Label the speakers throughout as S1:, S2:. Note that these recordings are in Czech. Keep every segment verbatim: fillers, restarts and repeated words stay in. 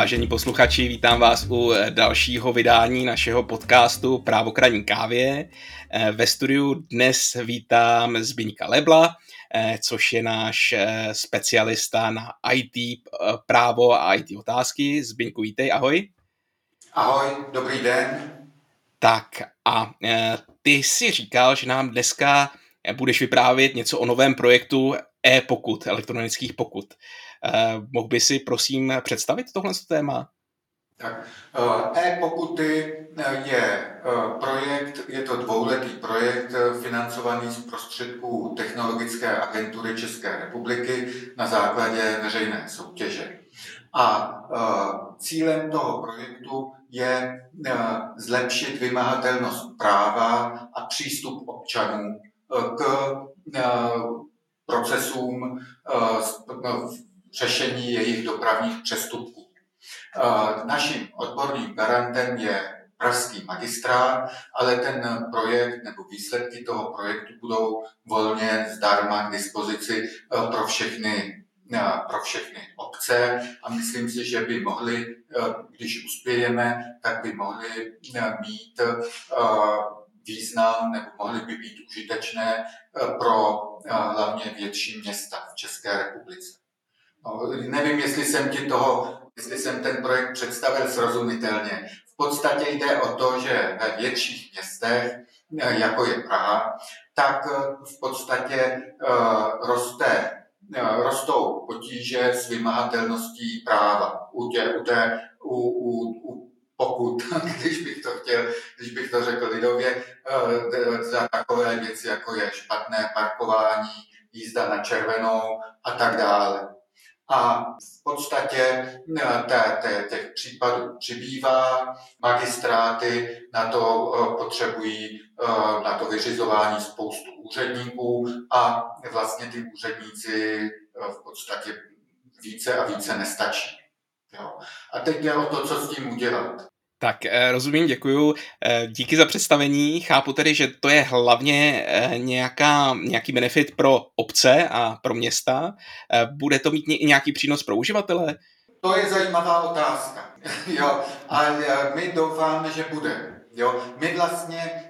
S1: Vážení posluchači, vítám vás u dalšího vydání našeho podcastu Právo k ranní kávě. Ve studiu dnes vítám Zbyňka Lebla, což je náš specialista na í té právo a í té otázky. Zbyňku, vítej, ahoj.
S2: Ahoj, dobrý den.
S1: Tak a ty si říkal, že nám dneska budeš vyprávět něco o novém projektu e-pokut, elektronických pokut. Uh, mohl by si prosím představit tohle téma?
S2: Tak, e-pokuty je projekt, je to dvouletý projekt financovaný z prostředků Technologické agentury České republiky na základě veřejné soutěže. A cílem toho projektu je zlepšit vymahatelnost práva a přístup občanů k procesům řešení jejich dopravních přestupků. Naším odborným garantem je pražský magistrát, ale ten projekt nebo výsledky toho projektu budou volně zdarma k dispozici pro všechny, pro všechny obce a myslím si, že by mohli, když uspějeme, tak by mohli mít význam nebo mohly by být užitečné pro hlavně větší města v České republice. No, nevím, jestli jsem ti toho, jestli jsem ten projekt představil srozumitelně. V podstatě jde o to, že ve větších městech, jako je Praha, tak v podstatě uh, roste, uh, rostou potíže s vymahatelností práva u, tě, u, té, u, u, u pokut, když bych to chtěl, když bych to řekl lidově, uh, za takové věci, jako je špatné parkování, jízda na červenou a tak dále. A v podstatě těch případů přibývá, magistráty na to potřebují, na to vyřizování spoustu úředníků a vlastně ty úředníci v podstatě více a více nestačí. Jo. A teď jde o to, co s tím udělat.
S1: Tak rozumím, děkuju. Díky za představení. Chápu tedy, že to je hlavně nějaká, nějaký benefit pro obce a pro města. Bude to mít i nějaký přínos pro uživatele?
S2: To je zajímavá otázka. Jo, ale my doufáme, že bude. Jo, my vlastně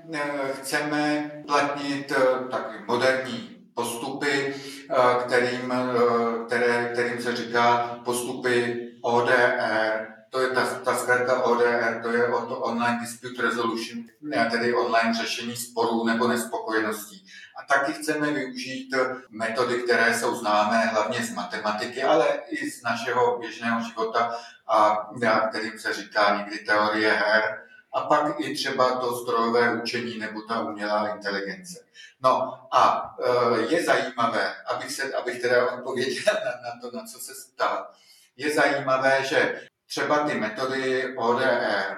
S2: chceme platnit takové moderní postupy, kterým, které, kterým se říká postupy O D R. To je ta, ta zkratka O D R, to je o to Online Dispute Resolution, tedy online řešení sporů nebo nespokojeností. A taky chceme využít metody, které jsou známé hlavně z matematiky, ale i z našeho běžného života, a kterým se říká někdy teorie her, a pak i třeba to strojové učení nebo ta umělá inteligence. No a je zajímavé, abych, se, abych teda odpověděl na, na to, na co se ptal, je zajímavé, že třeba ty metody O D R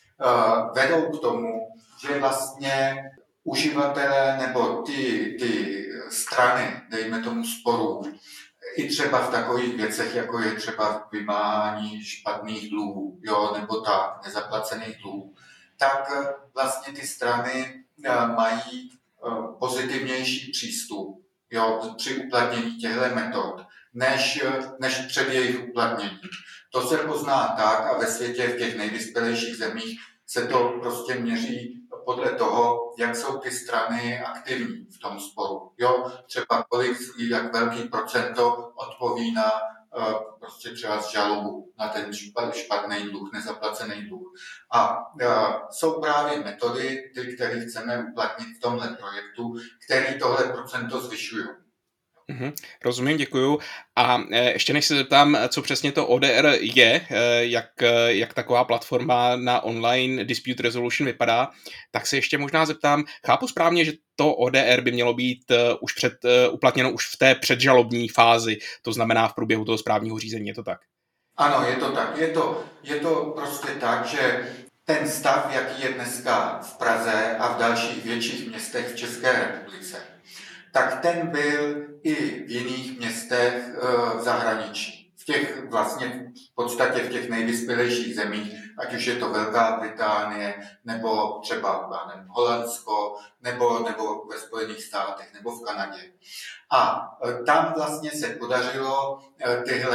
S2: uh, vedou k tomu, že vlastně uživatelé nebo ty, ty strany, dejme tomu sporů, i třeba v takových věcech, jako je třeba vymáhání špatných dluhů, jo, nebo tak, nezaplacených dluhů, tak vlastně ty strany uh, mají uh, pozitivnější přístup, jo, při uplatnění těchto metod, než, než před jejich uplatněním. To se pozná tak a ve světě v těch nejvyspělejších zemích se to prostě měří podle toho, jak jsou ty strany aktivní v tom sporu. Jo, třeba kolik, jak velký procento odpoví na uh, prostě třeba z žalobu na ten špatný dluh, nezaplacený dluh. A uh, jsou právě metody, ty, které chceme uplatnit v tomhle projektu, které tohle procento zvyšují.
S1: Mm-hmm, rozumím, děkuju. A ještě než se zeptám, co přesně to O D R je, jak, jak taková platforma na online dispute resolution vypadá, tak se ještě možná zeptám, chápu správně, že to O D R by mělo být už před, uplatněno už v té předžalobní fázi, to znamená v průběhu toho správního řízení, je to tak?
S2: Ano, je to tak. Je to, je to prostě tak, že ten stav, jaký je dneska v Praze a v dalších větších městech v České republice, tak ten byl i v jiných městech v zahraničí. V těch vlastně v podstatě v těch nejvyspělejších zemích, ať už je to Velká Británie, nebo třeba nevím, Holandsko, nebo, nebo ve Spojených státech, nebo v Kanadě. A tam vlastně se podařilo tyhle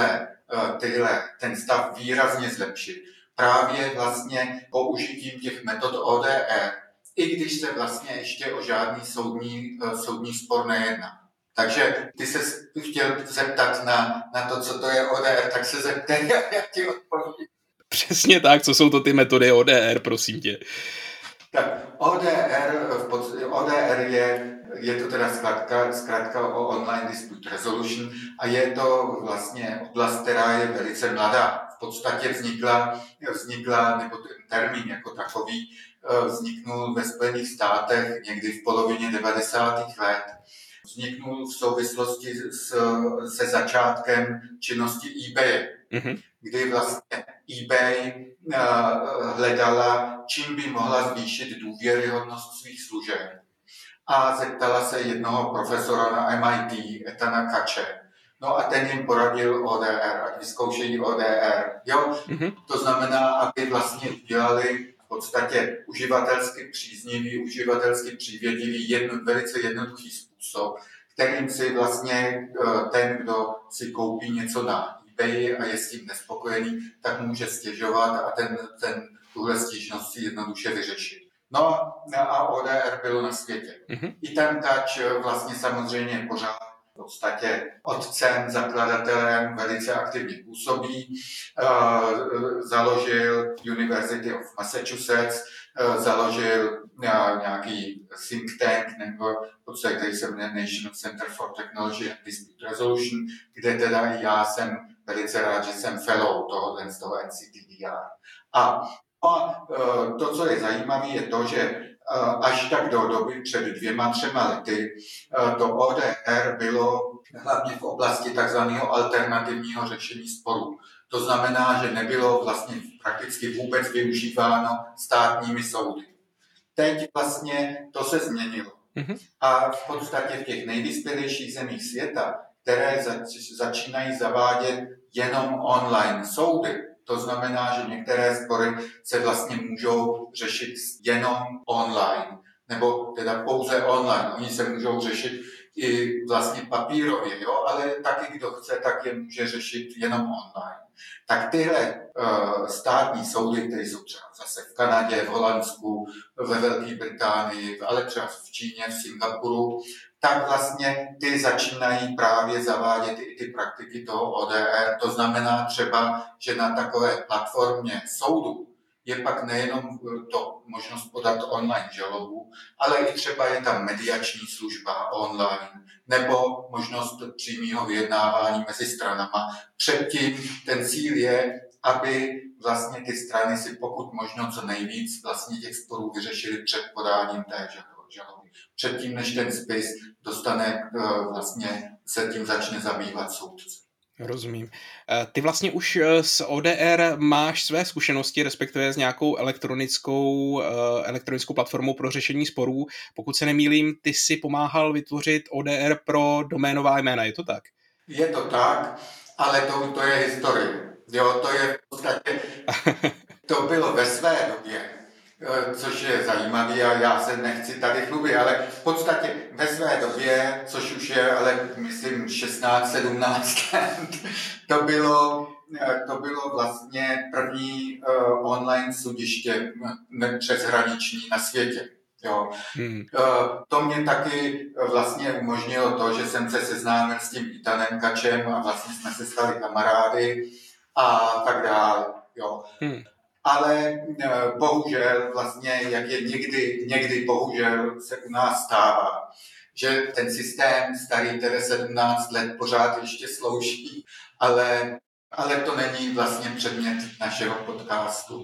S2: tyhle, ten stav výrazně zlepšit právě vlastně použitím těch metod O D R, i když se vlastně ještě o žádný soudní, soudní spor nejedná. Takže ty se chtěl zeptat na, na to, co to je O D R, tak se zeptej, jak ti odpovím.
S1: Přesně tak, co jsou to ty metody O D R, prosím tě.
S2: Tak O D R, O D R je, je to teda zkrátka, zkrátka o Online Dispute Resolution a je to vlastně oblast, která je velice mladá. V podstatě vznikla, vznikla nebo ten termín jako takový vzniknul ve Spojených státech někdy v polovině devadesátých let. Vzniknul v souvislosti s, se začátkem činnosti eBay, mm-hmm. kdy vlastně eBay uh, hledala, čím by mohla zvýšit důvěryhodnost svých služeb. A zeptala se jednoho profesora na M I T, Etana Kače. No a ten jim poradil O D R, ať vyzkoušejí O D R. Jo? Mm-hmm. To znamená, aby vlastně udělali v podstatě uživatelsky příznivý, uživatelsky přívětivý, jedno, velice jednoduchý způsob, kterým si vlastně ten, kdo si koupí něco na eBay a je s tím nespokojený, tak může stěžovat a ten, ten tuhle stížnost si jednoduše vyřešit. No a O D R bylo na světě. Mm-hmm. I ten Kač vlastně samozřejmě pořád v podstatě otcem, zakladatelem velice aktivně působí. Uh, založil University of Massachusetts, uh, založil uh, nějaký think tank, nebo v podstatě, který se jmenuje National Center for Technology and Dispute Resolution, kde teda i já jsem velice rád, že jsem fellow tohohle z toho N C T D R. A A to, co je zajímavé, je to, že až tak do doby před dvěma, třema lety to O D R bylo hlavně v oblasti takzvaného alternativního řešení sporů. To znamená, že nebylo vlastně prakticky vůbec využíváno státními soudy. Teď vlastně to se změnilo. Mm-hmm. A v podstatě v těch nejvyspělejších zemích světa, které zač- začínají zavádět jenom online soudy, to znamená, že některé spory se vlastně můžou řešit jenom online, nebo teda pouze online. Oni se můžou řešit i vlastně papírově, jo? Ale taky kdo chce, tak je může řešit jenom online. Tak tyhle uh, státní soudy, které jsou třeba zase v Kanadě, v Holandsku, ve Velké Británii, ale třeba v Číně, v Singapuru, tak vlastně ty začínají právě zavádět i ty praktiky toho O D R. To znamená třeba, že na takové platformě soudu je pak nejenom to možnost podat online žalobu, ale i třeba je tam mediační služba online nebo možnost přímého vyjednávání mezi stranama. Předtím ten cíl je, aby vlastně ty strany si pokud možno co nejvíc vlastně těch sporů vyřešili před podáním té žaloby. Předtím, než ten spis dostane, vlastně se tím začne zabývat soudce.
S1: Rozumím. Ty vlastně už s O D R máš své zkušenosti, respektive s nějakou elektronickou, elektronickou platformou pro řešení sporů. Pokud se nemýlím, ty si pomáhal vytvořit O D R pro doménová jména, je to tak?
S2: Je to tak, ale to, to je historie. Jo, to je v podstatě, to bylo ve své době, což je zajímavé a já se nechci tady chlubit, ale v podstatě ve své době, což už je, ale myslím, šestnáct sedmnáct let, to bylo, to bylo vlastně první uh, online sudiště přeshraniční na světě. Jo. Hmm. Uh, to mě taky vlastně umožnilo to, že jsem se seznámil s tím Etanem Kačem a vlastně jsme se stali kamarády a tak dále. Jo. Hmm. Ale bohužel vlastně, jak je někdy, někdy bohužel se u nás stává, že ten systém starý tedy sedmnáct let pořád ještě slouží, ale, ale to není vlastně předmět našeho podcastu.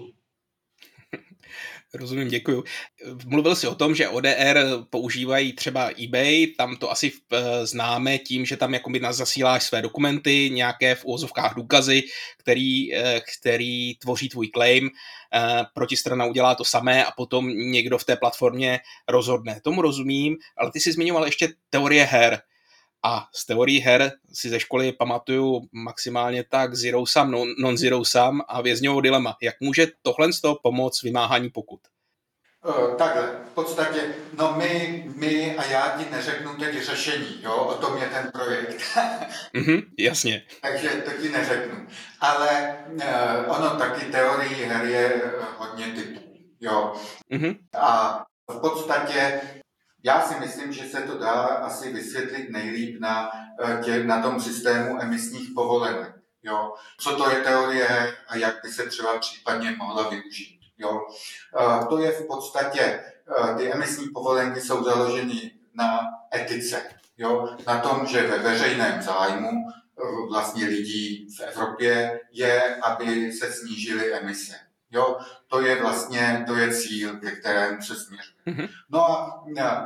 S1: Rozumím, děkuju. Mluvil jsi o tom, že O D R používají třeba eBay, tam to asi známe tím, že tam jakoby nás zasíláš své dokumenty, nějaké v uvozovkách důkazy, který, který tvoří tvůj claim, protistrana udělá to samé a potom někdo v té platformě rozhodne. Tomu rozumím, ale ty jsi zmiňoval ještě teorie her. A z teorií her si ze školy pamatuju maximálně tak zero sum, non-zero sum a vězňovo dilema. Jak může tohle z toho pomoct vymáhání pokut?
S2: Takhle, v podstatě, no my, my a já ti neřeknu teď řešení, jo, o tom je ten projekt.
S1: Mm-hmm, jasně.
S2: Takže to ti neřeknu. Ale uh, ono taky teorii her je hodně typů, jo.
S1: Mm-hmm.
S2: A v podstatě já si myslím, že se to dá asi vysvětlit nejlíp na, tě, na tom systému emisních povolenek. Jo. Co to je teorie a jak by se třeba případně mohla využít. Jo. To je v podstatě, ty emisní povolenky jsou založeny na etice. Jo. Na tom, že ve veřejném zájmu vlastně lidí v Evropě je, aby se snížily emise. Jo, to je vlastně, to je cíl, ke kterému se směřuje. Mm-hmm. No a,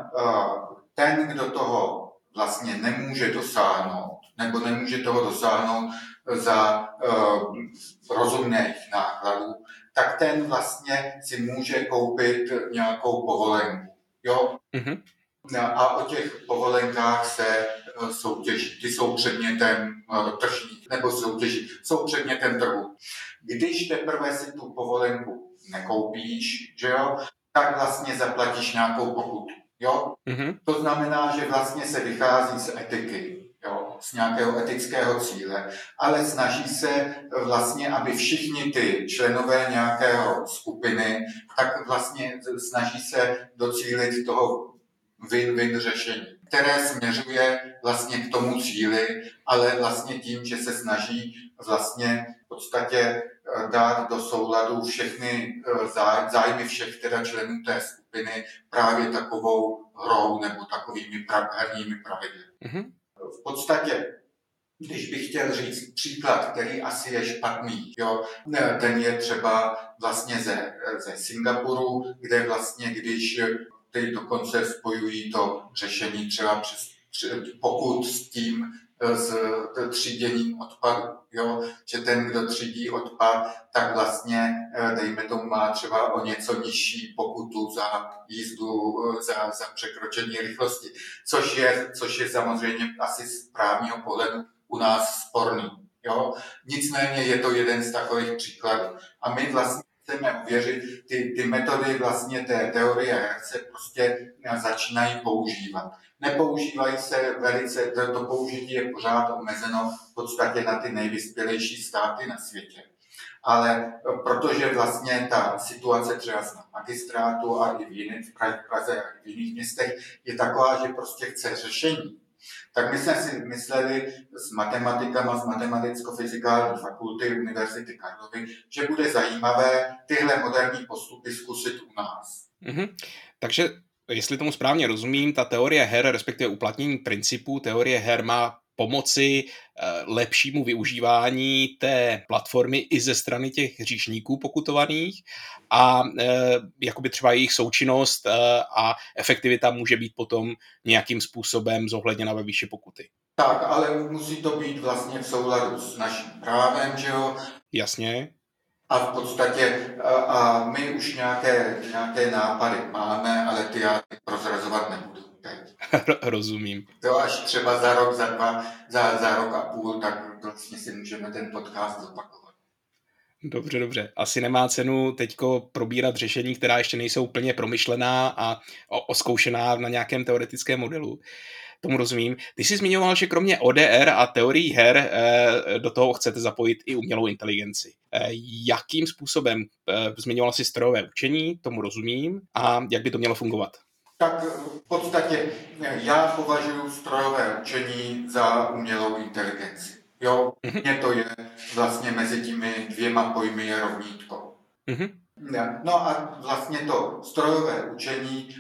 S2: a ten, kdo toho vlastně nemůže dosáhnout, nebo nemůže toho dosáhnout za uh, rozumných nákladů, tak ten vlastně si může koupit nějakou povolenku. Jo? Mm-hmm. A o těch povolenkách se soutěží. Ty jsou předmětem tržních nebo soutěží. Jsou předmětem trhu. Když teprve si tu povolenku nekoupíš, že jo, tak vlastně zaplatíš nějakou pokutu. Jo? Mm-hmm. To znamená, že vlastně se vychází z etiky, jo, z nějakého etického cíle, ale snaží se vlastně, aby všichni ty členové nějakého skupiny, tak vlastně snaží se docílit toho win-win řešení, které směřuje vlastně k tomu cíli, ale vlastně tím, že se snaží vlastně v podstatě dát do souladu všechny zájmy všech teda členů té skupiny právě takovou hrou nebo takovými herními pravidly. Mm-hmm. V podstatě, když bych chtěl říct příklad, který asi je špatný, jo, ten je třeba vlastně ze, ze Singapuru, kde vlastně, když ty dokonce spojují to řešení třeba přes, pokud s tím, s tříděním odpadu, jo? Že ten, kdo třídí odpad, tak vlastně, dejme tomu, má třeba o něco nižší pokutu za jízdu, za, za překročení rychlosti, což je, což je samozřejmě asi z právního pohledu u nás sporný. Jo? Nicméně je to jeden z takových příkladů. A my vlastně chceme uvěřit, ty, ty metody vlastně té teorie her se prostě začínají používat. Nepoužívají se velice, to, to použití je pořád omezeno v podstatě na ty nejvyspělejší státy na světě. Ale protože vlastně ta situace třeba na magistrátu a i v jiných, v Praze a i v jiných městech je taková, že prostě chce řešení, tak my jsme si mysleli s matematikama z Matematicko-fyzikální fakulty Univerzity Karlovy, že bude zajímavé tyhle moderní postupy zkusit u nás.
S1: Mm-hmm. Takže, jestli tomu správně rozumím, ta teorie her, respektive uplatnění principů teorie her má pomoci lepšímu využívání té platformy i ze strany těch hříšníků pokutovaných a e, jakoby třeba jejich součinnost e, a efektivita může být potom nějakým způsobem zohledněna ve výši pokuty.
S2: Tak, ale musí to být vlastně v souladu s naším právem, že jo?
S1: Jasně.
S2: A v podstatě a, a my už nějaké, nějaké nápady máme, ale ty já prozrazovat nebudu.
S1: Rozumím.
S2: To až třeba za rok, za dva, za, za rok a půl, tak vlastně si můžeme ten podcast zopakovat.
S1: Dobře, dobře. Asi nemá cenu teďko probírat řešení, která ještě nejsou plně promyšlená a oskoušená na nějakém teoretickém modelu. Tomu rozumím. Ty jsi zmiňoval, že kromě O D R a teorií her do toho chcete zapojit i umělou inteligenci. Jakým způsobem? Zmiňoval jsi strojové učení, tomu rozumím. A jak by to mělo fungovat?
S2: Tak v podstatě já považuji strojové učení za umělou inteligenci. Jo, mně to je vlastně mezi těmi dvěma pojmy je rovnítko. Mm-hmm. No a vlastně to strojové učení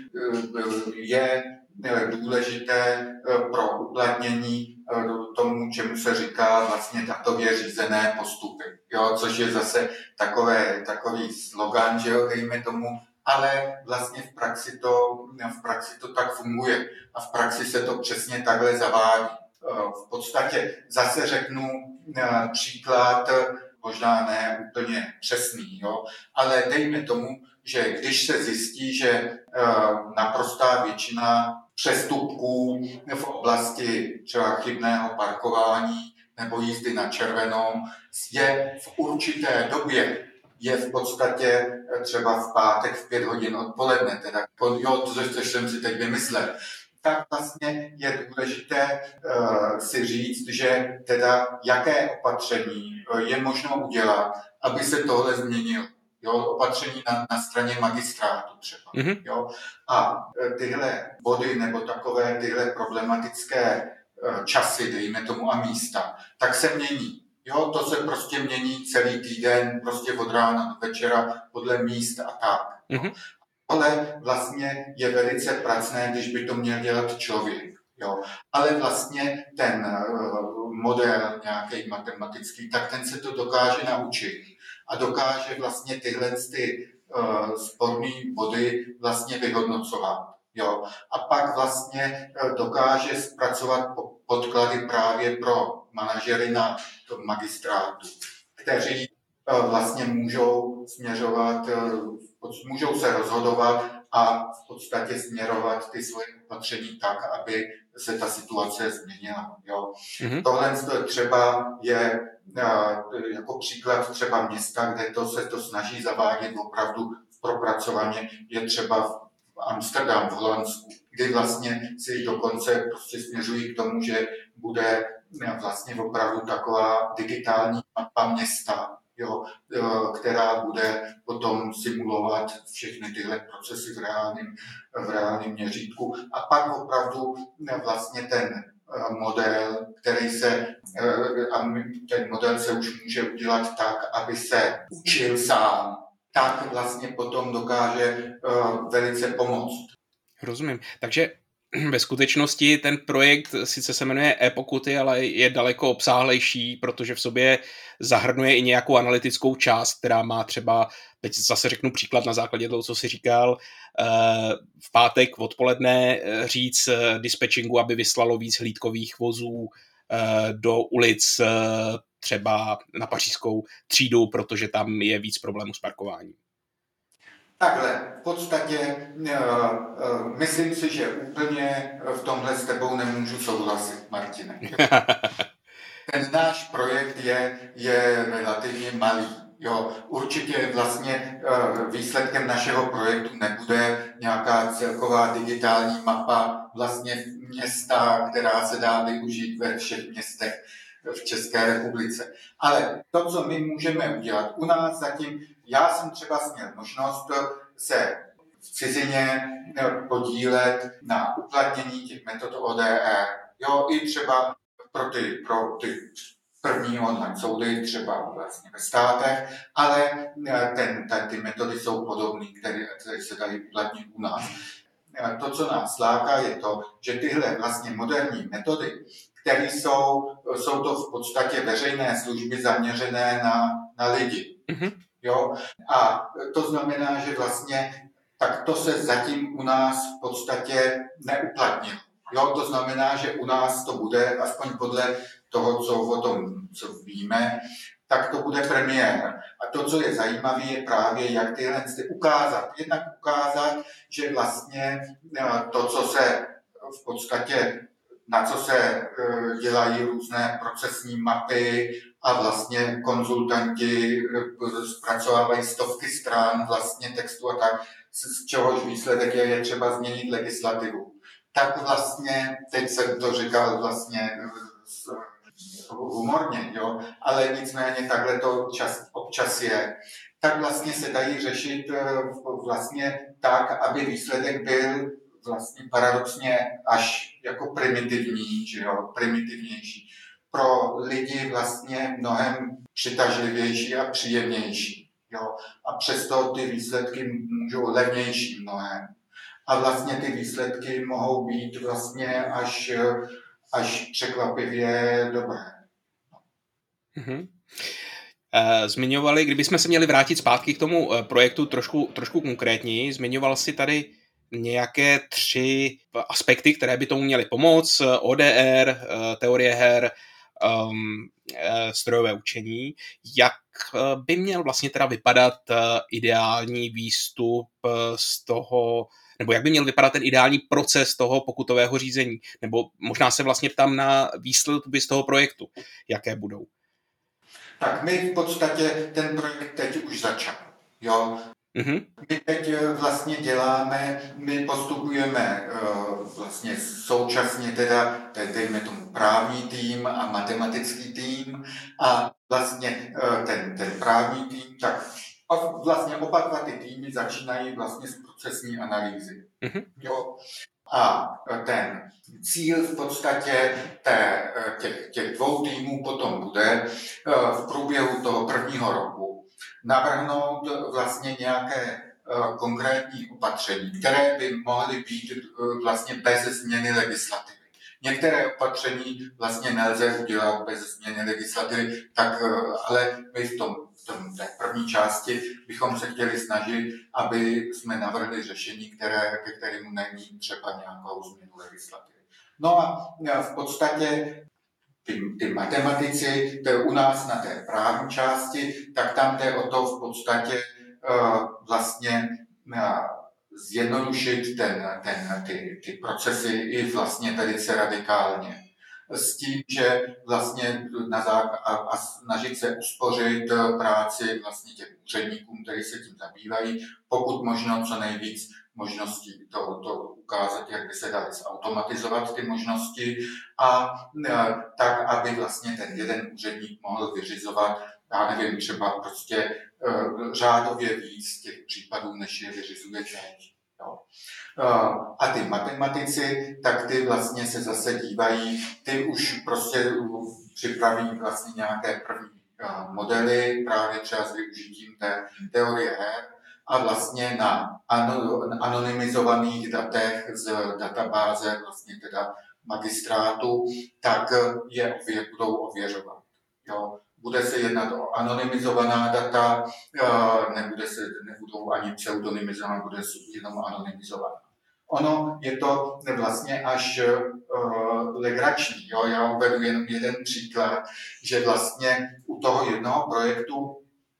S2: je důležité pro uplatnění tomu, čemu se říká vlastně datově řízené postupy. Jo, což je zase takové, takový slogan, že jo, dejme tomu, ale vlastně v praxi, to, v praxi to tak funguje a v praxi se to přesně takhle zavádí. V podstatě zase řeknu příklad, možná ne úplně přesný, jo, ale dejme tomu, že když se zjistí, že naprostá většina přestupků v oblasti třeba chybného parkování nebo jízdy na červenou je v určité době, je v podstatě třeba v pátek v pět hodin odpoledne, teda, jo, to, což jsem si teď vymyslel, tak vlastně je důležité uh, si říct, že teda jaké opatření je možno udělat, aby se tohle změnilo. Jo, opatření na, na straně magistrátu třeba. Mm-hmm. Jo. A tyhle body nebo takové tyhle problematické uh, časy, dejme tomu, a místa, tak se mění. Jo, to se prostě mění celý týden, prostě od rána do večera, podle míst a tak. Mm-hmm. Ale vlastně je velice pracné, když by to měl dělat člověk. Jo. Ale vlastně ten uh, model nějaký matematický, tak ten se to dokáže naučit a dokáže vlastně tyhle ty uh, sporné body vlastně vyhodnocovat. Jo. A pak vlastně uh, dokáže zpracovat podklady právě pro manažery na tom magistrátu, kteří uh, vlastně můžou směřovat, uh, můžou se rozhodovat a v podstatě směrovat ty svoje opatření tak, aby se ta situace změnila. Jo. Mm-hmm. Tohle třeba je jako příklad třeba města, kde to se to snaží zavádět opravdu propracovaně, je třeba v Amsterdam, v Holandsku, kdy vlastně si dokonce prostě směřují k tomu, že bude vlastně opravdu taková digitální mapa města, jo, která bude potom simulovat všechny tyhle procesy v reálném, v reálném měřítku. A pak opravdu vlastně ten model, který se, a ten model se už může udělat tak, aby se učil sám, tak vlastně potom dokáže velice pomoct.
S1: Rozumím. Takže ve skutečnosti ten projekt sice se jmenuje e-pokuty, ale je daleko obsáhlejší, protože v sobě zahrnuje i nějakou analytickou část, která má třeba, teď zase řeknu příklad na základě toho, co jsi říkal, v pátek odpoledne říct dispečingu, aby vyslalo víc hlídkových vozů do ulic třeba na Pařížskou třídu, protože tam je víc problémů s parkováním.
S2: Takhle, v podstatě uh, uh, myslím si, že úplně v tomhle s tebou nemůžu souhlasit, Martine. Ten náš projekt je, je relativně malý. Jo, určitě vlastně uh, výsledkem našeho projektu nebude nějaká celková digitální mapa vlastně města, která se dá využít ve všech městech v České republice. Ale to, co my můžeme udělat u nás zatím, já jsem třeba měl možnost se v cizině podílet na uplatnění těch metod O D R. Jo, i třeba pro ty, pro ty první online soudy, třeba vlastně ve státech, ale ten, ten, ty metody jsou podobné, které, které se dají uplatnit u nás. To, co nás láká, je to, že tyhle vlastně moderní metody, které jsou, jsou to v podstatě veřejné služby zaměřené na, na lidi. Mm-hmm. Jo? A to znamená, že vlastně tak to se zatím u nás v podstatě neuplatnilo. Jo? To znamená, že u nás to bude, aspoň podle toho, co o tom co víme, tak to bude premiéra. A to, co je zajímavé, je právě, jak tyhle ty ukázat. Jednak ukázat, že vlastně to, co se v podstatě, na co se dělají různé procesní mapy a vlastně konzultanti zpracovávají stovky stran vlastně textu a tak, z čehož výsledek je, je třeba změnit legislativu. Tak vlastně, teď jsem to říkal vlastně humorně, jo, ale nicméně takhle to čas, občas je, tak vlastně se dají řešit vlastně tak, aby výsledek byl vlastně paradoxně až jako primitivní, že jo, primitivnější. Pro lidi vlastně mnohem přitažlivější a příjemnější, jo. A přesto ty výsledky můžou levnější mnohem. A vlastně ty výsledky mohou být vlastně až, až překvapivě dobré.
S1: Mm-hmm. Zmiňovali, kdybychom se měli vrátit zpátky k tomu projektu trošku, trošku konkrétněji, zmiňoval si tady nějaké tři aspekty, které by tomu měly pomoct. O D R, teorie her, um, strojové učení. Jak by měl vlastně teda vypadat ideální výstup z toho, nebo jak by měl vypadat ten ideální proces toho pokutového řízení? Nebo možná se vlastně ptám na výstupy z toho projektu, jaké budou.
S2: Tak my v podstatě ten projekt teď už začal. Jo. Mm-hmm. My teď vlastně děláme, my postupujeme uh, vlastně současně teda, dejme tomu právní tým a matematický tým a vlastně uh, ten, ten právní tým, tak vlastně oba dva ty týmy začínají vlastně z procesní analýzy. Mm-hmm. Jo. A ten cíl v podstatě té, těch, těch dvou týmů potom bude v průběhu toho prvního roku navrhnout vlastně nějaké konkrétní opatření, které by mohly být vlastně bez změny legislativy. Některé opatření vlastně nelze udělat bez změny legislativy, tak, ale my v tom, v tom té první části bychom se chtěli snažit, aby jsme navrhli řešení, které, ke kterému není třeba nějakou změnu legislativy. No a v podstatě ty, ty matematici, to je u nás na té právní části, tak tam jde o to v podstatě uh, vlastně uh, zjednodušit ten, ten, ty, ty procesy i vlastně velice radikálně. S tím, že vlastně na zák- a, a snažit se uspořit práci vlastně těch úředníkům, kteří se tím zabývají, pokud možno co nejvíc možností to, to ukázat, jak by se daly zautomatizovat ty možnosti a tak, aby vlastně ten jeden úředník mohl vyřizovat, já nevím, třeba prostě uh, řádově víc těch případů, než je vyřizuje teď. Jo. Uh, a ty matematici, tak ty vlastně se zase dívají, ty už prostě připraví vlastně nějaké první uh, modely, právě třeba s využitím té teorie her, a vlastně na anonymizovaných datech z databáze vlastně teda magistrátu, tak je budou ověřovat. Jo. Bude se jednat o anonymizovaná data, nebude se, nebudou ani pseudonymizovaná, bude jenom anonymizovaná. Ono je to vlastně až uh, legrační. Jo. Já uvedu jenom jeden příklad, že vlastně u toho jednoho projektu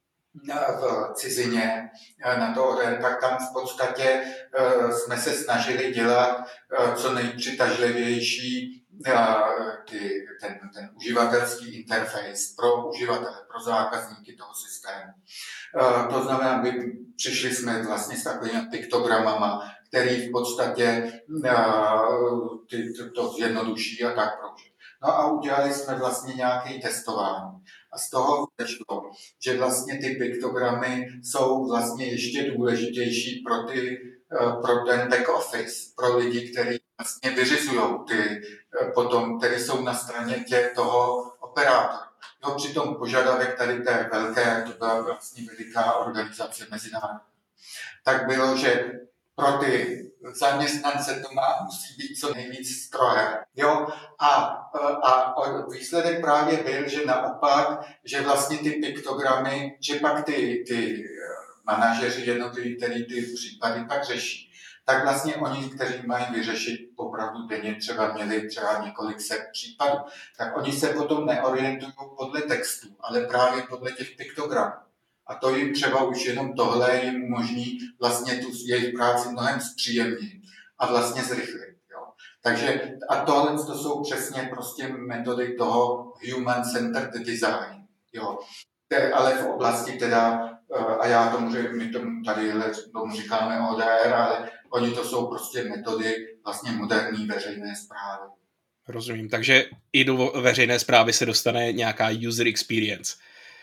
S2: v cizině na to, tak tam v podstatě uh, jsme se snažili dělat uh, co nejpřitažlivější uh, ty, ten, ten uživatelský interface pro uživatele, pro zákazníky toho systému. Uh, to znamená, že přišli jsme vlastně s takovými piktogramama, který v podstatě uh, ty, to zjednoduší a tak proč. No a udělali jsme vlastně nějaké testování. A z toho vyšlo, že vlastně ty piktogramy jsou vlastně ještě důležitější pro, ty, pro ten back office, pro lidi, kteří vlastně vyřizují ty potom, kteří jsou na straně tě, toho operátora. Jo, přitom požadavek tady té velké, to byla vlastně veliká organizace mezinárodní, tak bylo, že pro ty zaměstnance to má, musí být co nejvíc stroje. Jo? A, a výsledek právě byl, že naopak, že vlastně ty piktogramy, že pak ty, ty manažeři jednotliví, který ty případy pak řeší, tak vlastně oni, kteří mají vyřešit opravdu denně, třeba měli třeba několik set případů, tak oni se potom neorientují podle textu, ale právě podle těch piktogramů. A to jim třeba už jenom tohle jim umožní vlastně tu jejich práci mnohem zpříjemnit a vlastně zrychlit. Jo. Takže a tohle to jsou přesně prostě metody toho human-centered design. Jo. Ale v oblasti teda, a já tomu, my tomu tady tomu říkáme O D R, ale oni to jsou prostě metody vlastně moderní veřejné správy.
S1: Rozumím, takže i do veřejné správy se dostane nějaká user experience.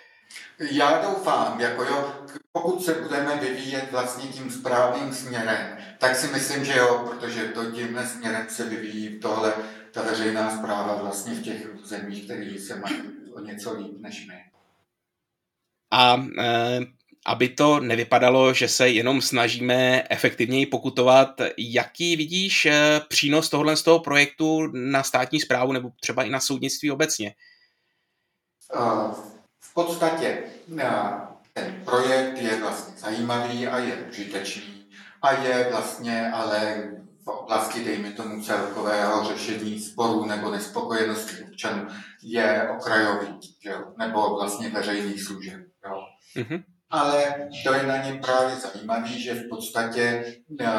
S2: Já doufám, jako jo, pokud se budeme vyvíjet vlastně tím správným směrem, tak si myslím, že jo, protože to tímhle směrem se vyvíjí tohle, ta veřejná správa vlastně v těch zemích, které se mají o něco líp než my.
S1: A e, aby to nevypadalo, že se jenom snažíme efektivněji pokutovat, jaký vidíš e, přínos tohohle z toho projektu na státní správu nebo třeba i na soudnictví obecně?
S2: Uh. V podstatě ten projekt je vlastně zajímavý a je užitečný a je vlastně ale v oblasti, dejme tomu, celkového řešení sporů nebo nespokojenosti občanů je okrajový, že? Nebo vlastně veřejných služeb. Jo? Mm-hmm. ale to je na něm právě zajímavé, že v podstatě,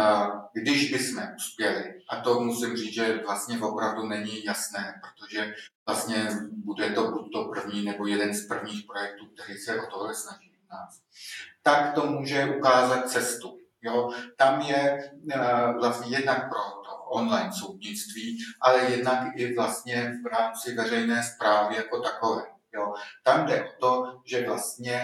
S2: když bychom uspěli, a to musím říct, že vlastně opravdu není jasné, protože vlastně bude to buď to první nebo jeden z prvních projektů, který se o tohle snaží u nás, tak to může ukázat cestu. Jo? Tam je vlastně jednak pro to online soudnictví, ale jednak i vlastně v rámci veřejné správy jako takové. Jo. Tam jde o to, že vlastně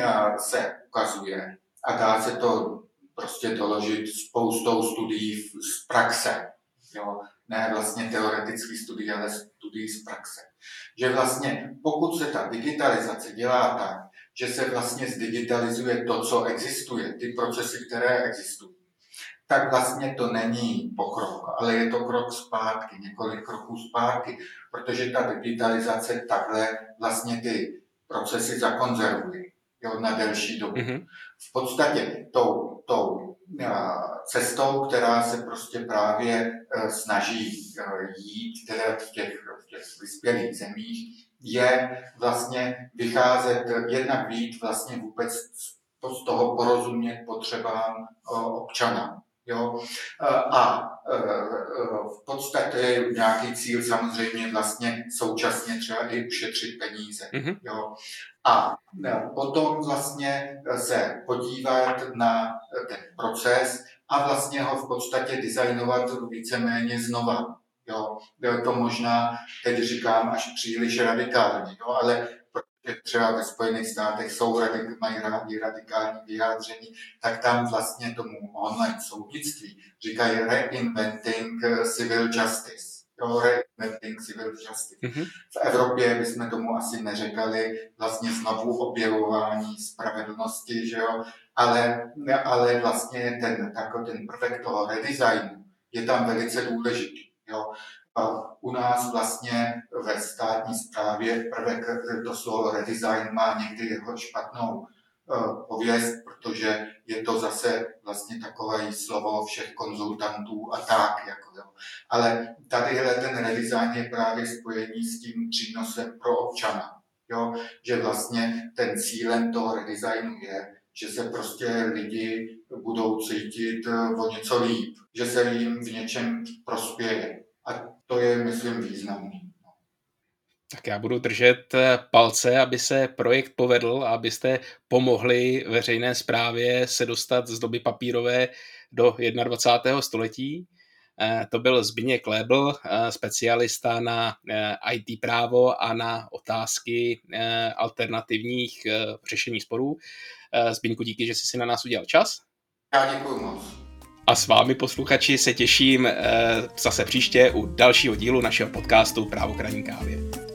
S2: se ukazuje a dá se to prostě doložit spoustou studií z praxe. Jo. Ne vlastně teoretický studií, ale studií z praxe. Že vlastně pokud se ta digitalizace dělá tak, že se vlastně zdigitalizuje to, co existuje, ty procesy, které existují, tak vlastně to není pokrok, ale je to krok zpátky, několik kroků zpátky, protože ta digitalizace takhle vlastně ty procesy zakonzervuje, jo, na delší dobu. Mm-hmm. V podstatě tou, tou cestou, která se prostě právě snaží jít teda v těch, v těch vyspělých zemích, je vlastně vycházet, jednak vyjít vlastně vůbec z toho porozumět potřebám občana. Jo? A v podstatě nějaký cíl samozřejmě vlastně současně třeba i ušetřit peníze. Mm-hmm. Jo? A potom vlastně se podívat na ten proces a vlastně ho v podstatě designovat víceméně znova. Jo? To možná teď říkám až příliš radikálně, jo? Ale třeba ve Spojených státech jsou radik, mají rádi radikální vyjádření, tak tam vlastně tomu online soudnictví říkají reinventing civil justice. Jo, reinventing civil justice. Mm-hmm. V Evropě bychom tomu asi neřekali vlastně znovu objevování spravedlnosti, že jo? Ale, ale vlastně ten, tako, ten prvek toho redesignu je tam velice důležitý. Jo? U nás vlastně ve státní správě prvek to slovo redesign má někdy jeho špatnou uh, pověst, protože je to zase vlastně takové slovo všech konzultantů a tak. Jako, jo. Ale tadyhle ten redesign je právě spojený s tím přínosem pro občana. Jo? Že vlastně ten cílem toho redesignu je, že se prostě lidi budou cítit o něco líp, že se jim v něčem prospěje. A to je, myslím, významný.
S1: Tak já budu držet palce, aby se projekt povedl a abyste pomohli veřejné správě se dostat z doby papírové do dvacátého prvního století. To byl Zbyněk Lébl, specialista na í té právo a na otázky alternativních řešení sporů. Zbyňku, díky, že jsi si na nás udělal čas.
S2: Já děkuju moc.
S1: A s vámi, posluchači, se těším zase příště u dalšího dílu našeho podcastu Právo k ranní kávě.